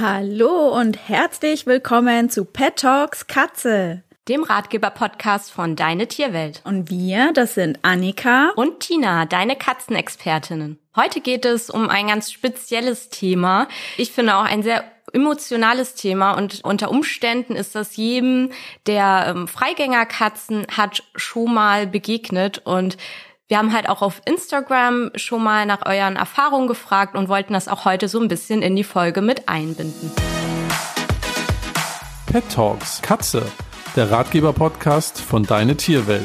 Hallo und herzlich willkommen zu Pet Talks Katze, dem Ratgeber-Podcast von Deine Tierwelt. Und wir, das sind Annika und Tina, deine Katzenexpertinnen. Heute geht es um ein ganz spezielles Thema. Ich finde auch ein sehr emotionales Thema und unter Umständen ist das jedem, der Freigängerkatzen hat, schon mal begegnet. Und wir haben halt auch auf Instagram schon mal nach euren Erfahrungen gefragt und wollten das auch heute so ein bisschen in die Folge mit einbinden. Pet Talks Katze, der Ratgeber-Podcast von Deine Tierwelt.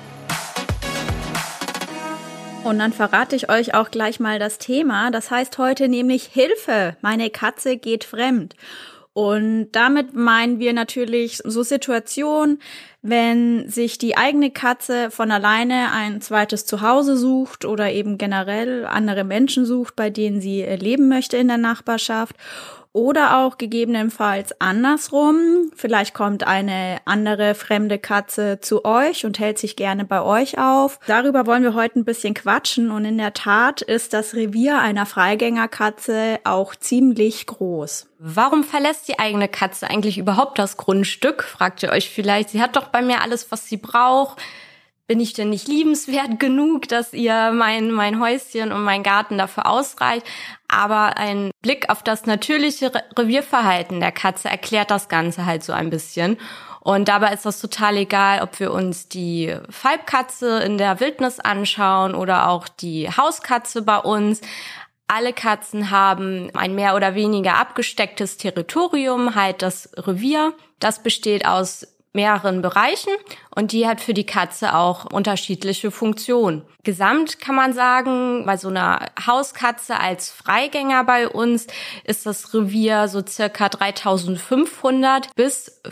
Und dann verrate ich euch auch gleich mal das Thema. Das heißt heute nämlich Hilfe, meine Katze geht fremd. Und damit meinen wir natürlich so Situationen, wenn sich die eigene Katze von alleine ein zweites Zuhause sucht oder eben generell andere Menschen sucht, bei denen sie leben möchte in der Nachbarschaft. Oder auch gegebenenfalls andersrum. Vielleicht kommt eine andere fremde Katze zu euch und hält sich gerne bei euch auf. Darüber wollen wir heute ein bisschen quatschen. Und in der Tat ist das Revier einer Freigängerkatze auch ziemlich groß. Warum verlässt die eigene Katze eigentlich überhaupt das Grundstück? Fragt ihr euch vielleicht. Sie hat doch bei mir alles, was sie braucht. Bin ich denn nicht liebenswert genug, dass ihr mein Häuschen und mein Garten dafür ausreicht? Aber ein Blick auf das natürliche Revierverhalten der Katze erklärt das Ganze halt so ein bisschen. Und dabei ist das total egal, ob wir uns die Falbkatze in der Wildnis anschauen oder auch die Hauskatze bei uns. Alle Katzen haben ein mehr oder weniger abgestecktes Territorium, halt das Revier. Das besteht aus mehreren Bereichen und die hat für die Katze auch unterschiedliche Funktionen. Gesamt kann man sagen, bei so einer Hauskatze als Freigänger bei uns ist das Revier so circa 3.500 bis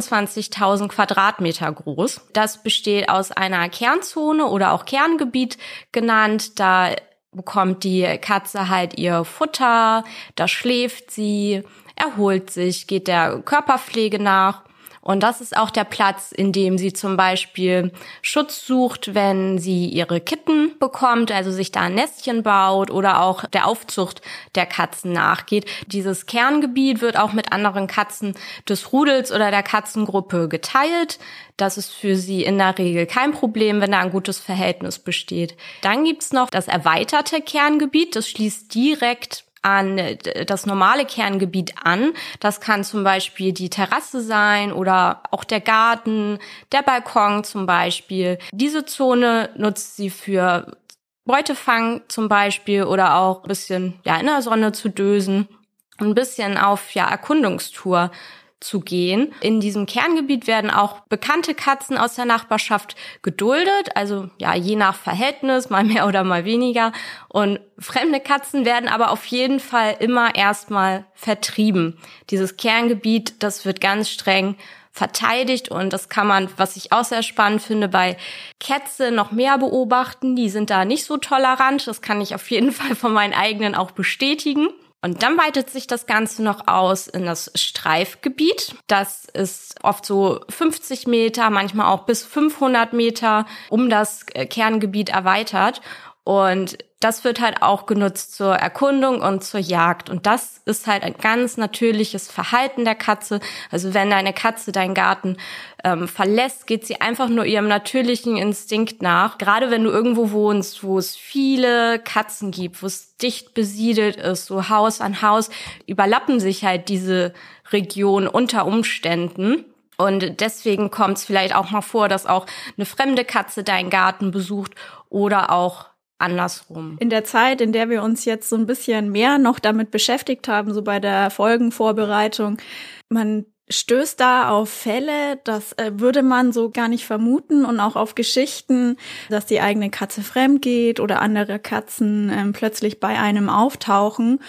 25.000 Quadratmeter groß. Das besteht aus einer Kernzone oder auch Kerngebiet genannt. Da bekommt die Katze halt ihr Futter, da schläft sie, erholt sich, geht der Körperpflege nach. Und das ist auch der Platz, in dem sie zum Beispiel Schutz sucht, wenn sie ihre Kitten bekommt, also sich da ein Nestchen baut oder auch der Aufzucht der Katzen nachgeht. Dieses Kerngebiet wird auch mit anderen Katzen des Rudels oder der Katzengruppe geteilt. Das ist für sie in der Regel kein Problem, wenn da ein gutes Verhältnis besteht. Dann gibt's noch das erweiterte Kerngebiet. Das schließt direkt an das normale Kerngebiet an. Das kann zum Beispiel die Terrasse sein oder auch der Garten, der Balkon zum Beispiel. Diese Zone nutzt sie für Beutefang zum Beispiel oder auch ein bisschen in der Sonne zu dösen, ein bisschen auf Erkundungstour zu gehen. In diesem Kerngebiet werden auch bekannte Katzen aus der Nachbarschaft geduldet, also je nach Verhältnis, mal mehr oder mal weniger. Und fremde Katzen werden aber auf jeden Fall immer erstmal vertrieben. Dieses Kerngebiet, das wird ganz streng verteidigt und das kann man, was ich auch sehr spannend finde, bei Kätzchen noch mehr beobachten. Die sind da nicht so tolerant, das kann ich auf jeden Fall von meinen eigenen auch bestätigen. Und dann weitet sich das Ganze noch aus in das Streifgebiet. Das ist oft so 50 Meter, manchmal auch bis 500 Meter um das Kerngebiet erweitert. Und das wird halt auch genutzt zur Erkundung und zur Jagd. Und das ist halt ein ganz natürliches Verhalten der Katze. Also wenn deine Katze deinen Garten verlässt, geht sie einfach nur ihrem natürlichen Instinkt nach. Gerade wenn du irgendwo wohnst, wo es viele Katzen gibt, wo es dicht besiedelt ist, so Haus an Haus, überlappen sich halt diese Regionen unter Umständen. Und deswegen kommt es vielleicht auch mal vor, dass auch eine fremde Katze deinen Garten besucht oder auch andersrum. In der Zeit, in der wir uns jetzt so ein bisschen mehr noch damit beschäftigt haben, so bei der Folgenvorbereitung, man stößt da auf Fälle, das würde man so gar nicht vermuten und auch auf Geschichten, dass die eigene Katze fremd geht oder andere Katzen plötzlich bei einem auftauchen.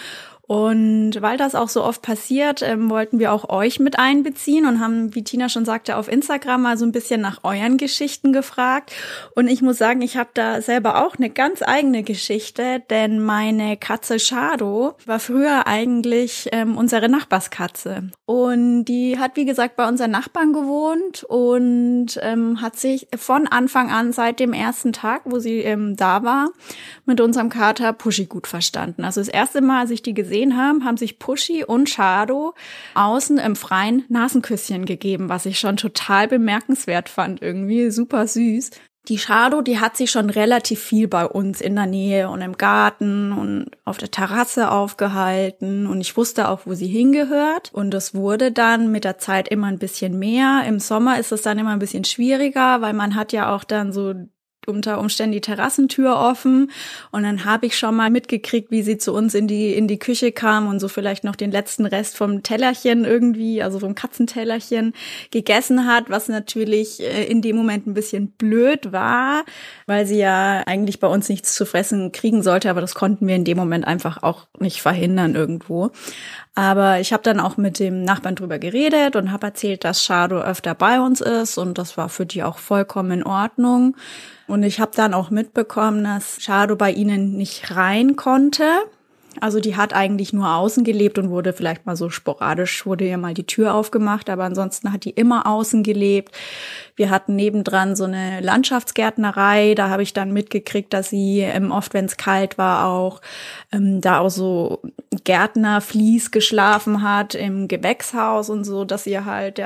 Und weil das auch so oft passiert, wollten wir auch euch mit einbeziehen und haben, wie Tina schon sagte, auf Instagram mal so ein bisschen nach euren Geschichten gefragt. Und ich muss sagen, ich habe da selber auch eine ganz eigene Geschichte, denn meine Katze Shadow war früher eigentlich unsere Nachbarskatze. Und die hat, wie gesagt, bei unseren Nachbarn gewohnt und hat sich von Anfang an, seit dem ersten Tag, wo sie da war, mit unserem Kater Pushy gut verstanden. Also das erste Mal, als ich die gesehen gesehen haben, haben sich Puschi und Shadow außen im Freien Nasenküsschen gegeben, was ich schon total bemerkenswert fand, irgendwie super süß. Die Shadow, die hat sich schon relativ viel bei uns in der Nähe und im Garten und auf der Terrasse aufgehalten und ich wusste auch, wo sie hingehört und das wurde dann mit der Zeit immer ein bisschen mehr. Im Sommer ist es dann immer ein bisschen schwieriger, weil man hat ja auch dann so unter Umständen die Terrassentür offen und dann habe ich schon mal mitgekriegt, wie sie zu uns in die Küche kam und so vielleicht noch den letzten Rest vom Tellerchen irgendwie, also vom Katzentellerchen gegessen hat, was natürlich in dem Moment ein bisschen blöd war, weil sie ja eigentlich bei uns nichts zu fressen kriegen sollte, aber das konnten wir in dem Moment einfach auch nicht verhindern irgendwo. Aber ich habe dann auch mit dem Nachbarn drüber geredet und habe erzählt, dass Shadow öfter bei uns ist und das war für die auch vollkommen in Ordnung. Und ich habe dann auch mitbekommen, dass Shadow bei ihnen nicht rein konnte. Also die hat eigentlich nur außen gelebt und wurde vielleicht mal so sporadisch, wurde ihr mal die Tür aufgemacht, aber ansonsten hat die immer außen gelebt. Wir hatten nebendran so eine Landschaftsgärtnerei, da habe ich dann mitgekriegt, dass sie oft, wenn es kalt war, auch da auch so Gärtnervlies geschlafen hat im Gewächshaus und so, dass sie halt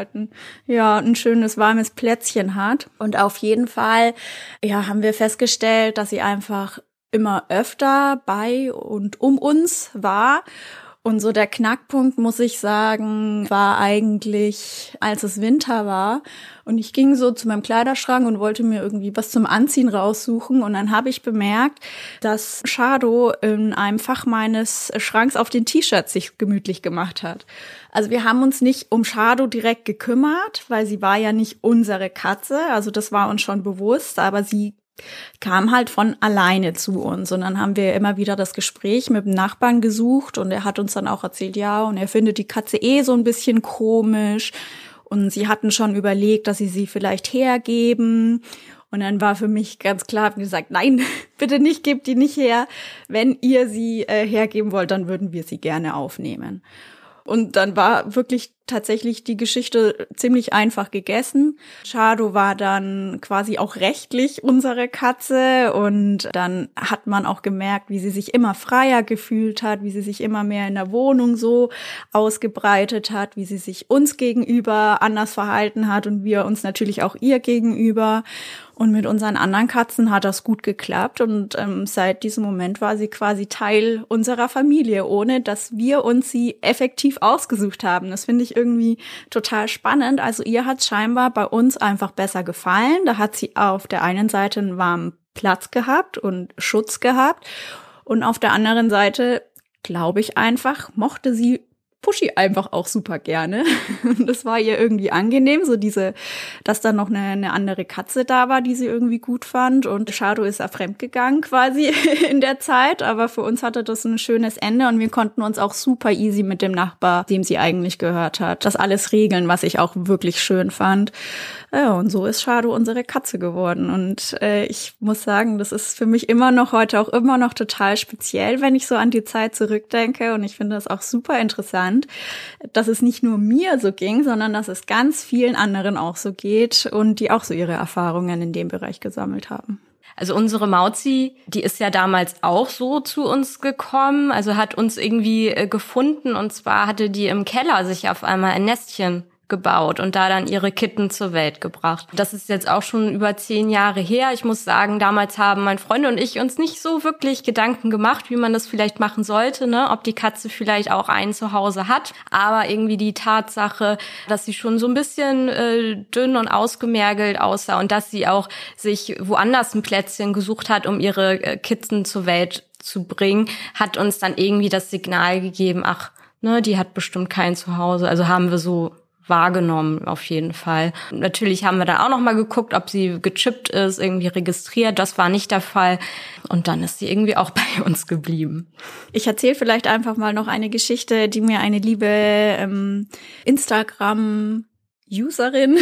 ein schönes warmes Plätzchen hat. Und auf jeden Fall, haben wir festgestellt, dass sie einfach immer öfter bei und um uns war. Und so der Knackpunkt, muss ich sagen, war eigentlich, als es Winter war. Und ich ging so zu meinem Kleiderschrank und wollte mir irgendwie was zum Anziehen raussuchen. Und dann habe ich bemerkt, dass Shadow in einem Fach meines Schranks auf den T-Shirts sich gemütlich gemacht hat. Also wir haben uns nicht um Shadow direkt gekümmert, weil sie war ja nicht unsere Katze. Also das war uns schon bewusst, aber sie kam halt von alleine zu uns und dann haben wir immer wieder das Gespräch mit dem Nachbarn gesucht und er hat uns dann auch erzählt, ja, und er findet die Katze so ein bisschen komisch und sie hatten schon überlegt, dass sie vielleicht hergeben und dann war für mich ganz klar, hab gesagt, nein, bitte nicht, gebt die nicht her, wenn ihr sie hergeben wollt, dann würden wir sie gerne aufnehmen. Und dann war wirklich tatsächlich die Geschichte ziemlich einfach gegessen. Shadow war dann quasi auch rechtlich unsere Katze und dann hat man auch gemerkt, wie sie sich immer freier gefühlt hat, wie sie sich immer mehr in der Wohnung so ausgebreitet hat, wie sie sich uns gegenüber anders verhalten hat und wir uns natürlich auch ihr gegenüber. Und mit unseren anderen Katzen hat das gut geklappt und seit diesem Moment war sie quasi Teil unserer Familie, ohne dass wir uns sie effektiv ausgesucht haben. Das finde ich irgendwie total spannend. Also ihr hat scheinbar bei uns einfach besser gefallen. Da hat sie auf der einen Seite einen warmen Platz gehabt und Schutz gehabt und auf der anderen Seite, glaube ich einfach, mochte sie Puschi einfach auch super gerne. Das war ihr irgendwie angenehm, so dass da noch eine andere Katze da war, die sie irgendwie gut fand. Und Shadow ist ja fremdgegangen quasi in der Zeit, aber für uns hatte das ein schönes Ende und wir konnten uns auch super easy mit dem Nachbar, dem sie eigentlich gehört hat, das alles regeln, was ich auch wirklich schön fand. Ja, und so ist Shadow unsere Katze geworden. Und ich muss sagen, das ist für mich heute auch immer noch total speziell, wenn ich so an die Zeit zurückdenke. Und ich finde das auch super interessant, dass es nicht nur mir so ging, sondern dass es ganz vielen anderen auch so geht und die auch so ihre Erfahrungen in dem Bereich gesammelt haben. Also unsere Mauzi, die ist ja damals auch so zu uns gekommen, also hat uns irgendwie gefunden und zwar hatte die im Keller sich auf einmal ein Nestchen gebaut und da dann ihre Kitten zur Welt gebracht. Das ist jetzt auch schon über 10 Jahre her. Ich muss sagen, damals haben mein Freund und ich uns nicht so wirklich Gedanken gemacht, wie man das vielleicht machen sollte, ne? Ob die Katze vielleicht auch ein Zuhause hat. Aber irgendwie die Tatsache, dass sie schon so ein bisschen dünn und ausgemergelt aussah und dass sie auch sich woanders ein Plätzchen gesucht hat, um ihre Kitten zur Welt zu bringen, hat uns dann irgendwie das Signal gegeben, ach, ne, die hat bestimmt kein Zuhause. Also haben wir so wahrgenommen, auf jeden Fall. Natürlich haben wir dann auch noch mal geguckt, ob sie gechippt ist, irgendwie registriert. Das war nicht der Fall. Und dann ist sie irgendwie auch bei uns geblieben. Ich erzähle vielleicht einfach mal noch eine Geschichte, die mir eine liebe Instagram-Userin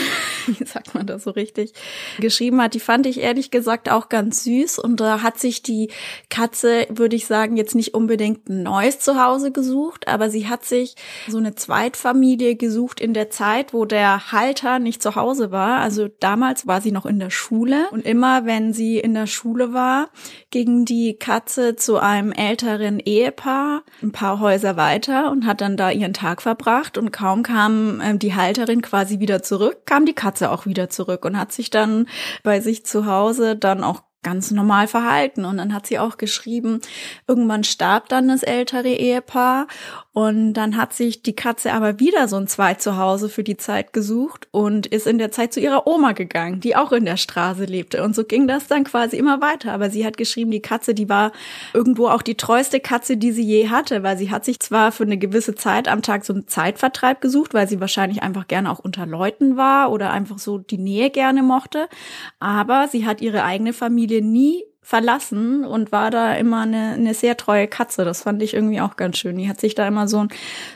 wie sagt man das so richtig, geschrieben hat, die fand ich ehrlich gesagt auch ganz süß. Und da hat sich die Katze, würde ich sagen, jetzt nicht unbedingt ein neues Zuhause gesucht, aber sie hat sich so eine Zweitfamilie gesucht in der Zeit, wo der Halter nicht zu Hause war. Also damals war sie noch in der Schule. Und immer, wenn sie in der Schule war, ging die Katze zu einem älteren Ehepaar ein paar Häuser weiter und hat dann da ihren Tag verbracht. Und kaum kam die Halterin quasi wieder zurück, kam die Katze auch wieder zurück und hat sich dann bei sich zu Hause dann auch ganz normal verhalten. Und dann hat sie auch geschrieben, irgendwann starb dann das ältere Ehepaar und dann hat sich die Katze aber wieder so ein Zweitzuhause für die Zeit gesucht und ist in der Zeit zu ihrer Oma gegangen, die auch in der Straße lebte. Und so ging das dann quasi immer weiter. Aber sie hat geschrieben, die Katze, die war irgendwo auch die treueste Katze, die sie je hatte, weil sie hat sich zwar für eine gewisse Zeit am Tag so einen Zeitvertreib gesucht, weil sie wahrscheinlich einfach gerne auch unter Leuten war oder einfach so die Nähe gerne mochte, aber sie hat ihre eigene Familie nie verlassen und war da immer eine sehr treue Katze. Das fand ich irgendwie auch ganz schön. Die hat sich da immer so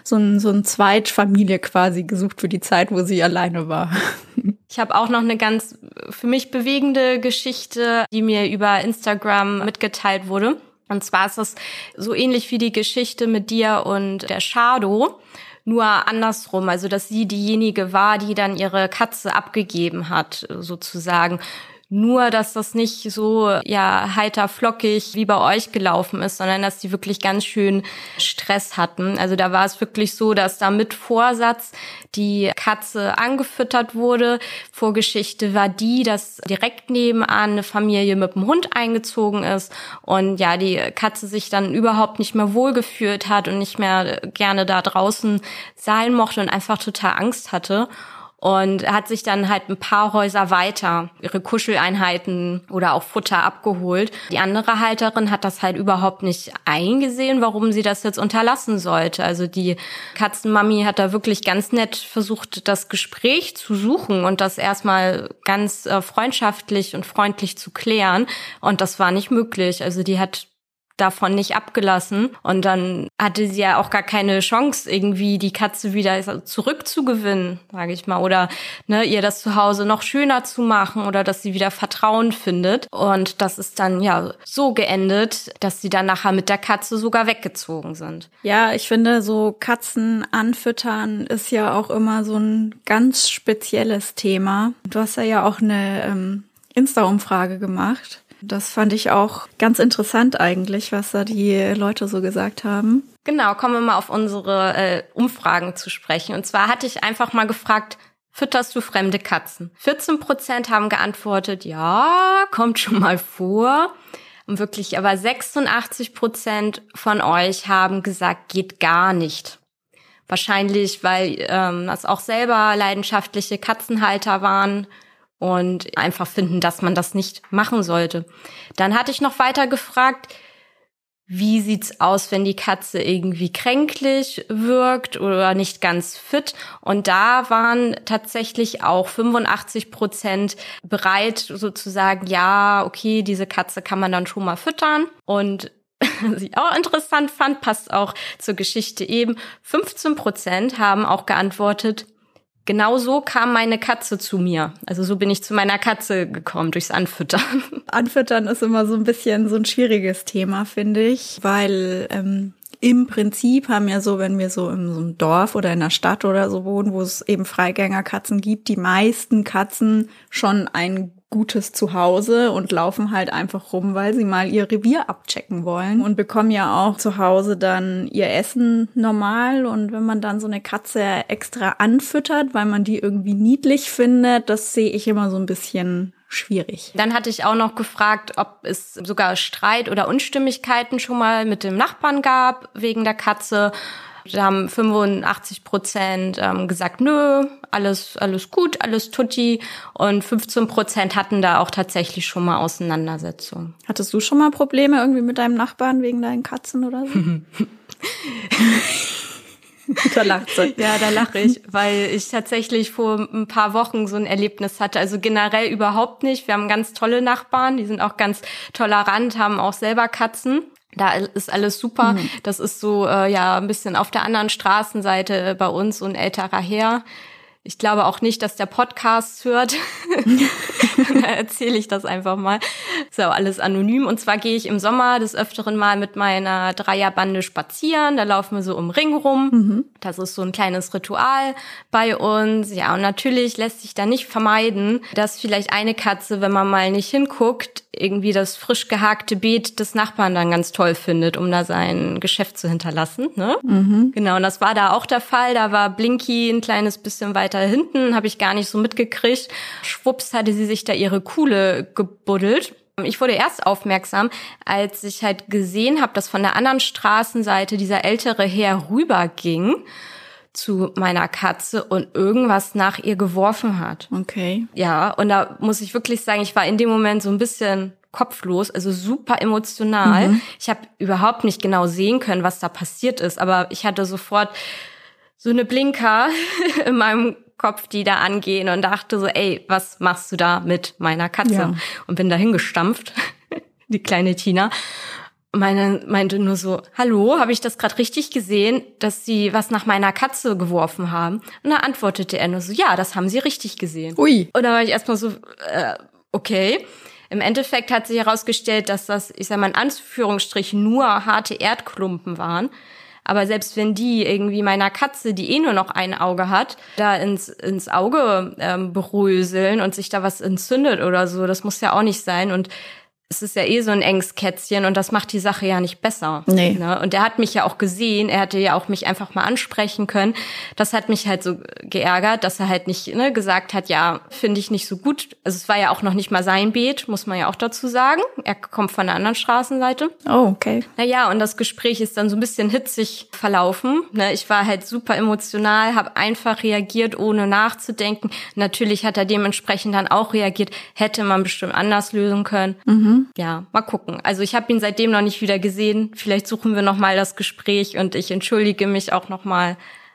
ein Zweitfamilie quasi gesucht für die Zeit, wo sie alleine war. Ich habe auch noch eine ganz für mich bewegende Geschichte, die mir über Instagram mitgeteilt wurde. Und zwar ist das so ähnlich wie die Geschichte mit dir und der Shadow, nur andersrum. Also dass sie diejenige war, die dann ihre Katze abgegeben hat, sozusagen. Nur, dass das nicht so heiter flockig wie bei euch gelaufen ist, sondern dass die wirklich ganz schön Stress hatten. Also da war es wirklich so, dass da mit Vorsatz die Katze angefüttert wurde. Vorgeschichte war die, dass direkt nebenan eine Familie mit dem Hund eingezogen ist und ja, die Katze sich dann überhaupt nicht mehr wohlgefühlt hat und nicht mehr gerne da draußen sein mochte und einfach total Angst hatte. Und hat sich dann halt ein paar Häuser weiter ihre Kuscheleinheiten oder auch Futter abgeholt. Die andere Halterin hat das halt überhaupt nicht eingesehen, warum sie das jetzt unterlassen sollte. Also die Katzenmami hat da wirklich ganz nett versucht, das Gespräch zu suchen und das erstmal ganz freundschaftlich und freundlich zu klären. Und das war nicht möglich. Also die hat davon nicht abgelassen. Und dann hatte sie ja auch gar keine Chance, irgendwie die Katze wieder zurückzugewinnen, sage ich mal. Oder ihr das zu Hause noch schöner zu machen oder dass sie wieder Vertrauen findet. Und das ist dann so geendet, dass sie dann nachher mit der Katze sogar weggezogen sind. Ja, ich finde, so Katzen anfüttern ist ja auch immer so ein ganz spezielles Thema. Du hast ja auch eine Insta-Umfrage gemacht. Das fand ich auch ganz interessant eigentlich, was da die Leute so gesagt haben. Genau, kommen wir mal auf unsere Umfragen zu sprechen. Und zwar hatte ich einfach mal gefragt, fütterst du fremde Katzen? 14% haben geantwortet, ja, kommt schon mal vor. Und wirklich, aber 86% von euch haben gesagt, geht gar nicht. Wahrscheinlich, weil das auch selber leidenschaftliche Katzenhalter waren und einfach finden, dass man das nicht machen sollte. Dann hatte ich noch weiter gefragt, wie sieht's aus, wenn die Katze irgendwie kränklich wirkt oder nicht ganz fit? Und da waren tatsächlich auch 85% bereit, sozusagen, ja, okay, diese Katze kann man dann schon mal füttern. Und was ich auch interessant fand, passt auch zur Geschichte eben, 15% haben auch geantwortet, genau so kam meine Katze zu mir. Also so bin ich zu meiner Katze gekommen, durchs Anfüttern. Anfüttern ist immer so ein bisschen so ein schwieriges Thema, finde ich, weil im Prinzip haben ja so, wenn wir so in so einem Dorf oder in einer Stadt oder so wohnen, wo es eben Freigängerkatzen gibt, die meisten Katzen schon ein gutes Zuhause und laufen halt einfach rum, weil sie mal ihr Revier abchecken wollen und bekommen ja auch zu Hause dann ihr Essen normal. Und wenn man dann so eine Katze extra anfüttert, weil man die irgendwie niedlich findet, das sehe ich immer so ein bisschen schwierig. Dann hatte ich auch noch gefragt, ob es sogar Streit oder Unstimmigkeiten schon mal mit dem Nachbarn gab wegen der Katze. Da haben 85% gesagt, nö, alles gut, alles tutti. Und 15% hatten da auch tatsächlich schon mal Auseinandersetzungen. Hattest du schon mal Probleme irgendwie mit deinem Nachbarn wegen deinen Katzen oder so? Da lacht sie. Ja, da lache ich, weil ich tatsächlich vor ein paar Wochen so ein Erlebnis hatte. Also generell überhaupt nicht. Wir haben ganz tolle Nachbarn, die sind auch ganz tolerant, haben auch selber Katzen. Da ist alles super. Das ist so ein bisschen auf der anderen Straßenseite bei uns, so ein älterer Herr. Ich glaube auch nicht, dass der Podcast hört. Da erzähle ich das einfach mal. So, alles anonym. Und zwar gehe ich im Sommer des Öfteren mal mit meiner Dreierbande spazieren. Da laufen wir so im Ring rum. Das ist so ein kleines Ritual bei uns. Ja, und natürlich lässt sich da nicht vermeiden, dass vielleicht eine Katze, wenn man mal nicht hinguckt, irgendwie das frisch gehakte Beet des Nachbarn dann ganz toll findet, um da sein Geschäft zu hinterlassen. Ne? Genau, und das war da auch der Fall. Da war Blinky ein kleines bisschen weiter hinten, habe ich gar nicht so mitgekriegt. Schwupps hatte sie sich da ihre Kuhle gebuddelt. Ich wurde erst aufmerksam, als ich halt gesehen habe, dass von der anderen Straßenseite dieser ältere Herr rüberging zu meiner Katze und irgendwas nach ihr geworfen hat. Okay. Ja, und da muss ich wirklich sagen, ich war in dem Moment so ein bisschen kopflos, also super emotional. Ich habe überhaupt nicht genau sehen können, was da passiert ist, aber ich hatte sofort so eine Blinker in meinem Kopf, die da angehen und dachte so, ey, was machst du da mit meiner Katze? Ja. Und bin da hingestampft, die kleine Tina. Meinte nur so, hallo, habe ich das gerade richtig gesehen, dass sie was nach meiner Katze geworfen haben? Und da antwortete er nur so, ja, das haben sie richtig gesehen. Ui. Und da war ich erstmal so, okay. Im Endeffekt hat sich herausgestellt, dass das, ich sag mal in Anführungsstrichen, nur harte Erdklumpen waren. Aber selbst wenn die irgendwie meiner Katze, die nur noch ein Auge hat, da ins Auge beröseln und sich da was entzündet oder so, das muss ja auch nicht sein. Und es ist ja so ein enges Kätzchen und das macht die Sache ja nicht besser. Nee. Ne? Und er hat mich ja auch gesehen, er hätte ja auch mich einfach mal ansprechen können. Das hat mich halt so geärgert, dass er halt nicht gesagt hat, ja, finde ich nicht so gut. Also es war ja auch noch nicht mal sein Beet, muss man ja auch dazu sagen. Er kommt von der anderen Straßenseite. Oh, okay. Naja, und das Gespräch ist dann so ein bisschen hitzig verlaufen. Ne? Ich war halt super emotional, habe einfach reagiert, ohne nachzudenken. Natürlich hat er dementsprechend dann auch reagiert. Hätte man bestimmt anders lösen können. Ja, mal gucken. Also ich habe ihn seitdem noch nicht wieder gesehen. Vielleicht suchen wir noch mal das Gespräch und ich entschuldige mich auch noch mal.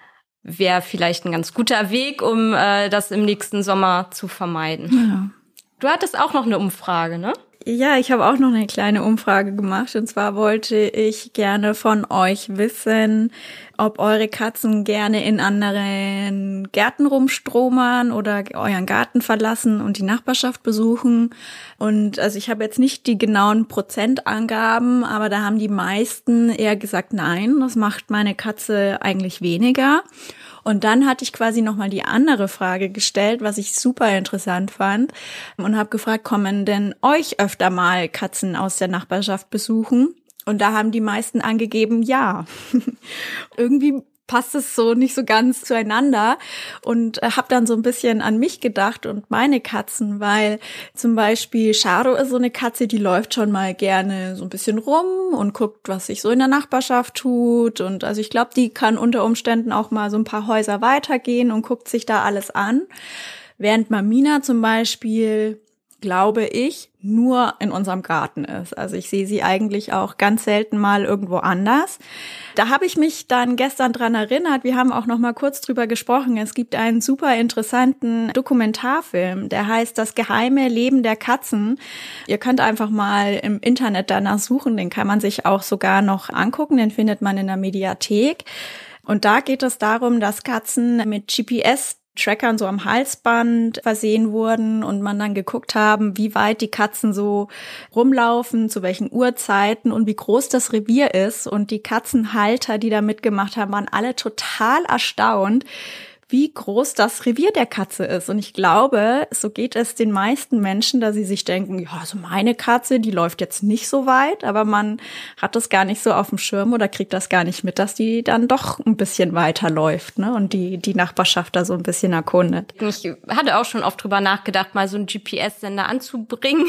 Wäre vielleicht ein ganz guter Weg, um das im nächsten Sommer zu vermeiden. Ja. Du hattest auch noch eine Umfrage, ne? Ja, ich habe auch noch eine kleine Umfrage gemacht. Und zwar wollte ich gerne von euch wissen, ob eure Katzen gerne in anderen Gärten rumstromern oder euren Garten verlassen und die Nachbarschaft besuchen. Und also ich habe jetzt nicht die genauen Prozentangaben, aber da haben die meisten eher gesagt, nein, das macht meine Katze eigentlich weniger. Und dann hatte ich quasi nochmal die andere Frage gestellt, was ich super interessant fand und habe gefragt, kommen denn euch öfter mal Katzen aus der Nachbarschaft besuchen? Und da haben die meisten angegeben, ja. Irgendwie passt es so nicht so ganz zueinander und habe dann so ein bisschen an mich gedacht und meine Katzen, weil zum Beispiel Charo ist so eine Katze, die läuft schon mal gerne so ein bisschen rum und guckt, was sich so in der Nachbarschaft tut und also ich glaube, die kann unter Umständen auch mal so ein paar Häuser weitergehen und guckt sich da alles an, während Mamina zum Beispiel, glaube ich, nur in unserem Garten ist. Also ich sehe sie eigentlich auch ganz selten mal irgendwo anders. Da habe ich mich dann gestern dran erinnert, wir haben auch noch mal kurz drüber gesprochen. Es gibt einen super interessanten Dokumentarfilm, der heißt Das geheime Leben der Katzen. Ihr könnt einfach mal im Internet danach suchen, den kann man sich auch sogar noch angucken, den findet man in der Mediathek. Und da geht es darum, dass Katzen mit GPS-Trackern so am Halsband versehen wurden und man dann geguckt haben, wie weit die Katzen so rumlaufen, zu welchen Uhrzeiten und wie groß das Revier ist. Und die Katzenhalter, die da mitgemacht haben, waren alle total erstaunt, wie groß das Revier der Katze ist. Und ich glaube, so geht es den meisten Menschen, dass sie sich denken, ja, also meine Katze, die läuft jetzt nicht so weit, aber man hat das gar nicht so auf dem Schirm oder kriegt das gar nicht mit, dass die dann doch ein bisschen weiter läuft, ne? Und die Nachbarschaft da so ein bisschen erkundet. Ich hatte auch schon oft drüber nachgedacht, mal so einen GPS-Sender anzubringen.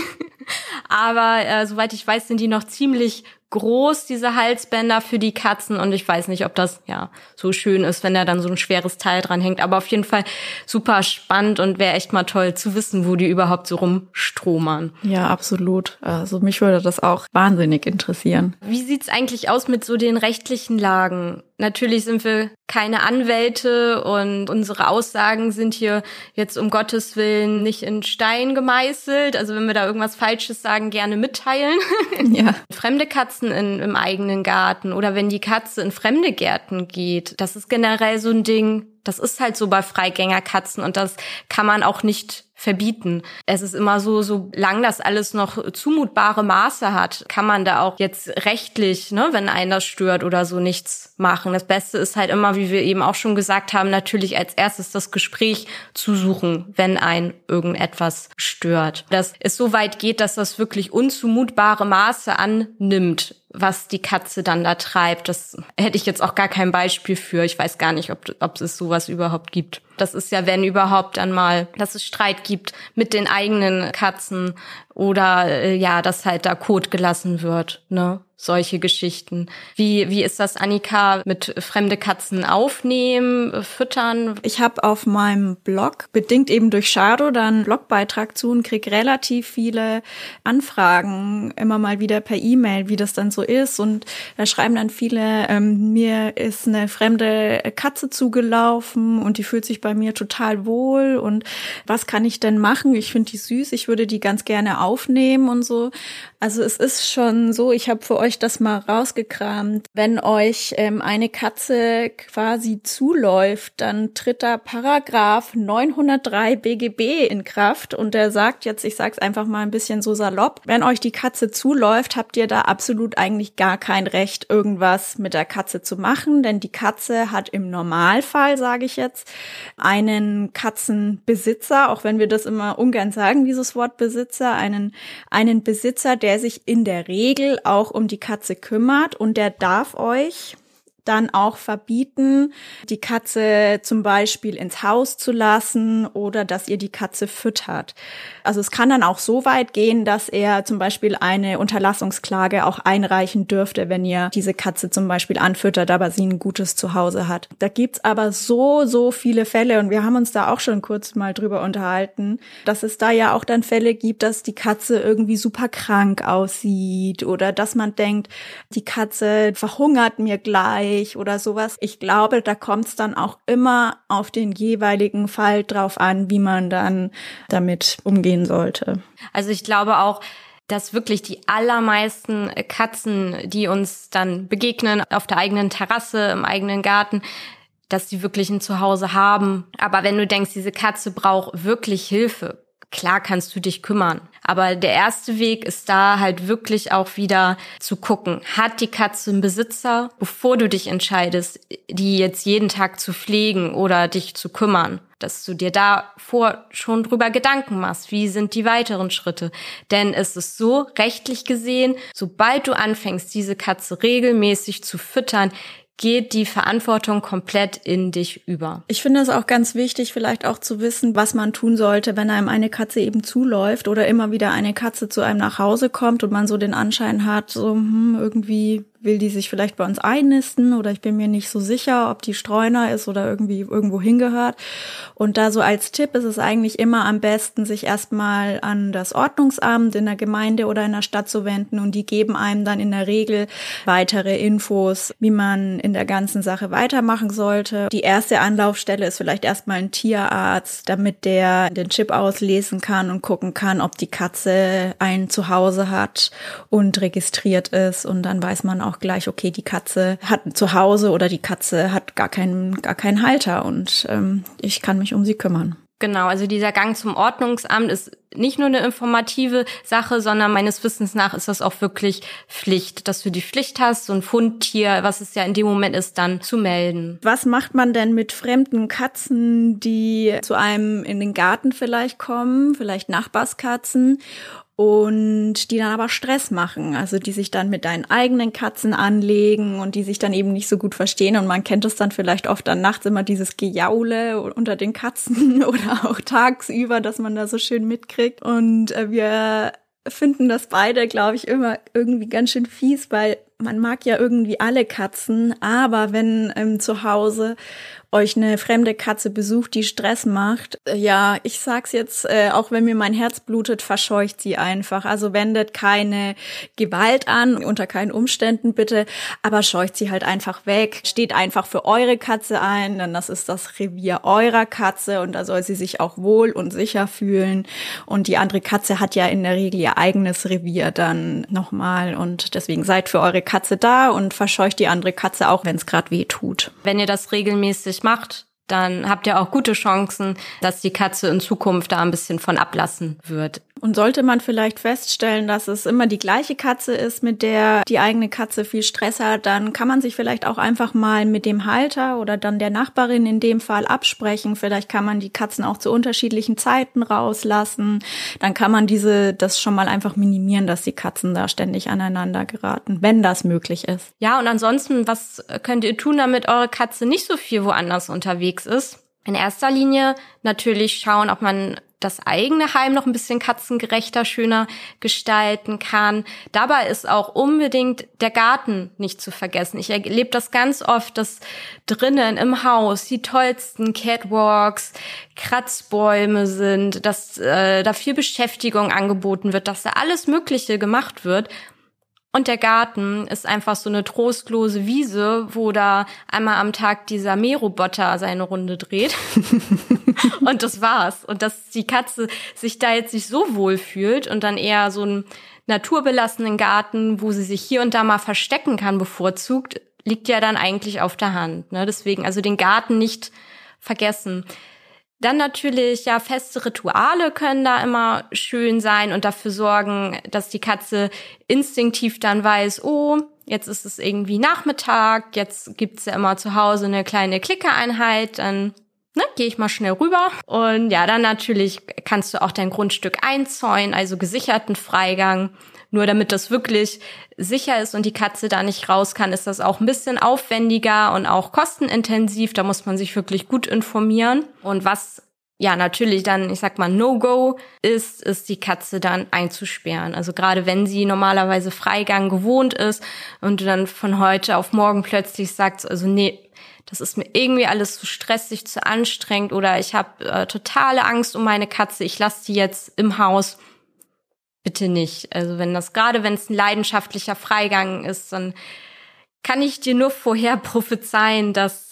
Aber soweit ich weiß, sind die noch ziemlich groß, diese Halsbänder für die Katzen. Und ich weiß nicht, ob das ja so schön ist, wenn da dann so ein schweres Teil dran hängt. Aber auf jeden Fall super spannend und wäre echt mal toll zu wissen, wo die überhaupt so rumstromern. Ja, absolut. Also mich würde das auch wahnsinnig interessieren. Wie sieht's eigentlich aus mit so den rechtlichen Lagen? Natürlich sind wir keine Anwälte und unsere Aussagen sind hier jetzt um Gottes Willen nicht in Stein gemeißelt. Also wenn wir da irgendwas Falsches sagen, gerne mitteilen. Ja. Fremde Katzen im eigenen Garten oder wenn die Katze in fremde Gärten geht, das ist generell so ein Ding, Das ist halt so bei Freigängerkatzen und das kann man auch nicht verbieten. Es ist immer so, solange das alles noch zumutbare Maße hat, kann man da auch jetzt rechtlich, wenn einen das stört oder so, nichts machen. Das Beste ist halt immer, wie wir eben auch schon gesagt haben, natürlich als erstes das Gespräch zu suchen, wenn einen irgendetwas stört. Dass es so weit geht, dass das wirklich unzumutbare Maße annimmt, was die Katze dann da treibt. Das hätte ich jetzt auch gar kein Beispiel für. Ich weiß gar nicht, ob es sowas überhaupt gibt. Das ist ja, wenn überhaupt, dann mal, dass es Streit gibt mit den eigenen Katzen oder dass halt da Kot gelassen wird, ne? Solche Geschichten. Wie ist das, Annika, mit fremde Katzen aufnehmen, füttern? Ich habe auf meinem Blog, bedingt eben durch Charo, da einen Blogbeitrag zu und kriege relativ viele Anfragen immer mal wieder per E-Mail, wie das dann so ist. Und da schreiben dann viele, mir ist eine fremde Katze zugelaufen und die fühlt sich bei mir total wohl. Und was kann ich denn machen? Ich finde die süß, ich würde die ganz gerne aufnehmen und so. Also es ist schon so, ich habe für euch das mal rausgekramt. Wenn euch eine Katze quasi zuläuft, dann tritt da Paragraph 903 BGB in Kraft und der sagt jetzt, ich sag's einfach mal ein bisschen so salopp, wenn euch die Katze zuläuft, habt ihr da absolut eigentlich gar kein Recht, irgendwas mit der Katze zu machen, denn die Katze hat im Normalfall, sage ich jetzt, einen Katzenbesitzer, auch wenn wir das immer ungern sagen, dieses Wort Besitzer, einen Besitzer, der sich in der Regel auch um die Katze kümmert und der darf euch dann auch verbieten, die Katze zum Beispiel ins Haus zu lassen oder dass ihr die Katze füttert. Also es kann dann auch so weit gehen, dass er zum Beispiel eine Unterlassungsklage auch einreichen dürfte, wenn ihr diese Katze zum Beispiel anfüttert, aber sie ein gutes Zuhause hat. Da gibt's aber so viele Fälle und wir haben uns da auch schon kurz mal drüber unterhalten, dass es da ja auch dann Fälle gibt, dass die Katze irgendwie super krank aussieht oder dass man denkt, die Katze verhungert mir gleich oder sowas. Ich glaube, da kommt es dann auch immer auf den jeweiligen Fall drauf an, wie man dann damit umgehen sollte. Also ich glaube auch, dass wirklich die allermeisten Katzen, die uns dann begegnen, auf der eigenen Terrasse, im eigenen Garten, dass die wirklich ein Zuhause haben. Aber wenn du denkst, diese Katze braucht wirklich Hilfe, klar kannst du dich kümmern. Aber der erste Weg ist da halt wirklich auch wieder zu gucken, hat die Katze einen Besitzer, bevor du dich entscheidest, die jetzt jeden Tag zu pflegen oder dich zu kümmern, dass du dir davor schon drüber Gedanken machst, wie sind die weiteren Schritte. Denn es ist so, rechtlich gesehen, sobald du anfängst, diese Katze regelmäßig zu füttern, geht die Verantwortung komplett in dich über. Ich finde es auch ganz wichtig, vielleicht auch zu wissen, was man tun sollte, wenn einem eine Katze eben zuläuft oder immer wieder eine Katze zu einem nach Hause kommt und man so den Anschein hat, so irgendwie will die sich vielleicht bei uns einnisten oder ich bin mir nicht so sicher, ob die Streuner ist oder irgendwie irgendwo hingehört. Und da so als Tipp ist es eigentlich immer am besten, sich erstmal an das Ordnungsamt in der Gemeinde oder in der Stadt zu wenden und die geben einem dann in der Regel weitere Infos, wie man in der ganzen Sache weitermachen sollte. Die erste Anlaufstelle ist vielleicht erstmal ein Tierarzt, damit der den Chip auslesen kann und gucken kann, ob die Katze ein Zuhause hat und registriert ist und dann weiß man auch gleich, okay, die Katze hat ein Zuhause oder die Katze hat gar keinen Halter und ich kann mich um sie kümmern. Genau, also dieser Gang zum Ordnungsamt ist nicht nur eine informative Sache, sondern meines Wissens nach ist das auch wirklich Pflicht, dass du die Pflicht hast, so ein Fundtier, was es ja in dem Moment ist, dann zu melden. Was macht man denn mit fremden Katzen, die zu einem in den Garten vielleicht kommen, vielleicht Nachbarskatzen? Und die dann aber Stress machen, also die sich dann mit deinen eigenen Katzen anlegen und die sich dann eben nicht so gut verstehen und man kennt es dann vielleicht oft dann nachts immer dieses Gejaule unter den Katzen oder auch tagsüber, dass man da so schön mitkriegt und wir finden das beide, glaube ich, immer irgendwie ganz schön fies, weil man mag ja irgendwie alle Katzen, aber wenn zu Hause euch eine fremde Katze besucht, die Stress macht, ja, ich sag's jetzt, auch wenn mir mein Herz blutet, verscheucht sie einfach. Also wendet keine Gewalt an, unter keinen Umständen bitte, aber scheucht sie halt einfach weg. Steht einfach für eure Katze ein, denn das ist das Revier eurer Katze und da soll sie sich auch wohl und sicher fühlen. Und die andere Katze hat ja in der Regel ihr eigenes Revier dann nochmal und deswegen seid für eure Katze da und verscheucht die andere Katze auch, wenn es gerade weh tut. Wenn ihr das regelmäßig macht, dann habt ihr auch gute Chancen, dass die Katze in Zukunft da ein bisschen von ablassen wird. Und sollte man vielleicht feststellen, dass es immer die gleiche Katze ist, mit der die eigene Katze viel Stress hat, dann kann man sich vielleicht auch einfach mal mit dem Halter oder dann der Nachbarin in dem Fall absprechen. Vielleicht kann man die Katzen auch zu unterschiedlichen Zeiten rauslassen. Dann kann man das schon mal einfach minimieren, dass die Katzen da ständig aneinander geraten, wenn das möglich ist. Ja, und ansonsten, was könnt ihr tun, damit eure Katze nicht so viel woanders unterwegs ist? In erster Linie natürlich schauen, ob man das eigene Heim noch ein bisschen katzengerechter, schöner gestalten kann. Dabei ist auch unbedingt der Garten nicht zu vergessen. Ich erlebe das ganz oft, dass drinnen im Haus die tollsten Catwalks, Kratzbäume sind, dass da viel Beschäftigung angeboten wird, dass da alles Mögliche gemacht wird. Und der Garten ist einfach so eine trostlose Wiese, wo da einmal am Tag dieser Mähroboter seine Runde dreht. Und das war's. Und dass die Katze sich da jetzt nicht so wohl fühlt und dann eher so einen naturbelassenen Garten, wo sie sich hier und da mal verstecken kann, bevorzugt, liegt ja dann eigentlich auf der Hand. Ne? Deswegen also den Garten nicht vergessen. Dann natürlich, ja, feste Rituale können da immer schön sein und dafür sorgen, dass die Katze instinktiv dann weiß, oh, jetzt ist es irgendwie Nachmittag, jetzt gibt's ja immer zu Hause eine kleine Klickereinheit, dann gehe ich mal schnell rüber. Und ja, dann natürlich kannst du auch dein Grundstück einzäunen, also gesicherten Freigang. Nur damit das wirklich sicher ist und die Katze da nicht raus kann, ist das auch ein bisschen aufwendiger und auch kostenintensiv. Da muss man sich wirklich gut informieren. Und was ja natürlich dann, ich sag mal, No-Go ist die Katze dann einzusperren. Also gerade wenn sie normalerweise Freigang gewohnt ist und du dann von heute auf morgen plötzlich sagst, also nee, das ist mir irgendwie alles zu stressig, zu anstrengend oder ich habe totale Angst um meine Katze, ich lasse die jetzt im Haus. Bitte nicht. Also wenn es ein leidenschaftlicher Freigang ist, dann kann ich dir nur vorher prophezeien, dass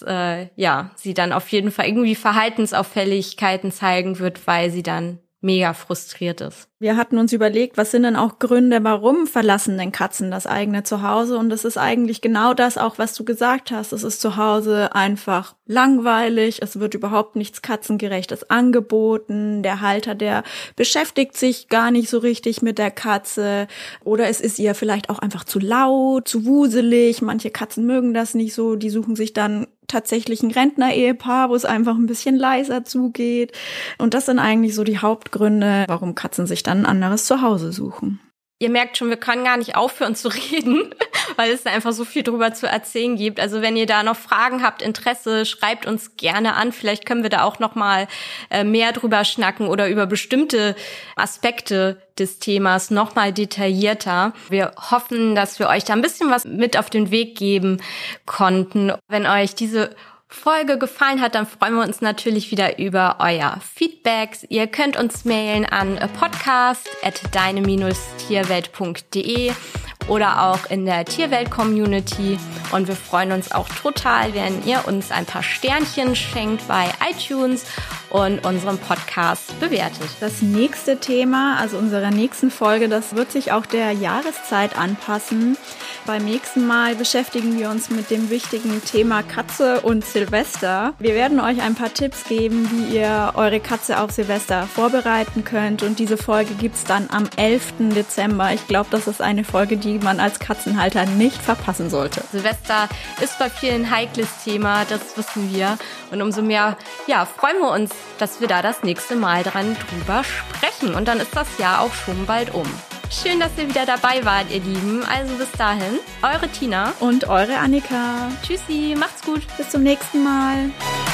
sie dann auf jeden Fall irgendwie Verhaltensauffälligkeiten zeigen wird, weil sie dann mega frustriert ist. Wir hatten uns überlegt, was sind denn auch Gründe, warum verlassen denn Katzen das eigene Zuhause? Und es ist eigentlich genau das auch, was du gesagt hast. Es ist zu Hause einfach langweilig, es wird überhaupt nichts Katzengerechtes angeboten. Der Halter, der beschäftigt sich gar nicht so richtig mit der Katze. Oder es ist ihr vielleicht auch einfach zu laut, zu wuselig. Manche Katzen mögen das nicht so, die suchen sich dann tatsächlich ein Rentner-Ehepaar, wo es einfach ein bisschen leiser zugeht. Und das sind eigentlich so die Hauptgründe, warum Katzen sich dann ein anderes Zuhause suchen. Ihr merkt schon, wir können gar nicht aufhören zu reden, weil es da einfach so viel drüber zu erzählen gibt. Also wenn ihr da noch Fragen habt, Interesse, schreibt uns gerne an. Vielleicht können wir da auch noch mal mehr drüber schnacken oder über bestimmte Aspekte des Themas noch mal detaillierter. Wir hoffen, dass wir euch da ein bisschen was mit auf den Weg geben konnten. Wenn euch diese Folge gefallen hat, dann freuen wir uns natürlich wieder über euer Feedback. Ihr könnt uns mailen an podcast@deine-tierwelt.de oder auch in der Tierwelt-Community. Und wir freuen uns auch total, wenn ihr uns ein paar Sternchen schenkt bei iTunes und unseren Podcast bewertet. Das nächste Thema, also unserer nächsten Folge, das wird sich auch der Jahreszeit anpassen. Beim nächsten Mal beschäftigen wir uns mit dem wichtigen Thema Katze und Silvester. Wir werden euch ein paar Tipps geben, wie ihr eure Katze auf Silvester vorbereiten könnt. Und diese Folge gibt's dann am 11. Dezember. Ich glaube, das ist eine Folge, die man als Katzenhalter nicht verpassen sollte. Silvester ist bei vielen ein heikles Thema, das wissen wir. Und umso mehr freuen wir uns, dass wir da das nächste Mal dran drüber sprechen. Und dann ist das Jahr auch schon bald um. Schön, dass ihr wieder dabei wart, ihr Lieben. Also bis dahin, eure Tina und eure Annika. Tschüssi, macht's gut. Bis zum nächsten Mal.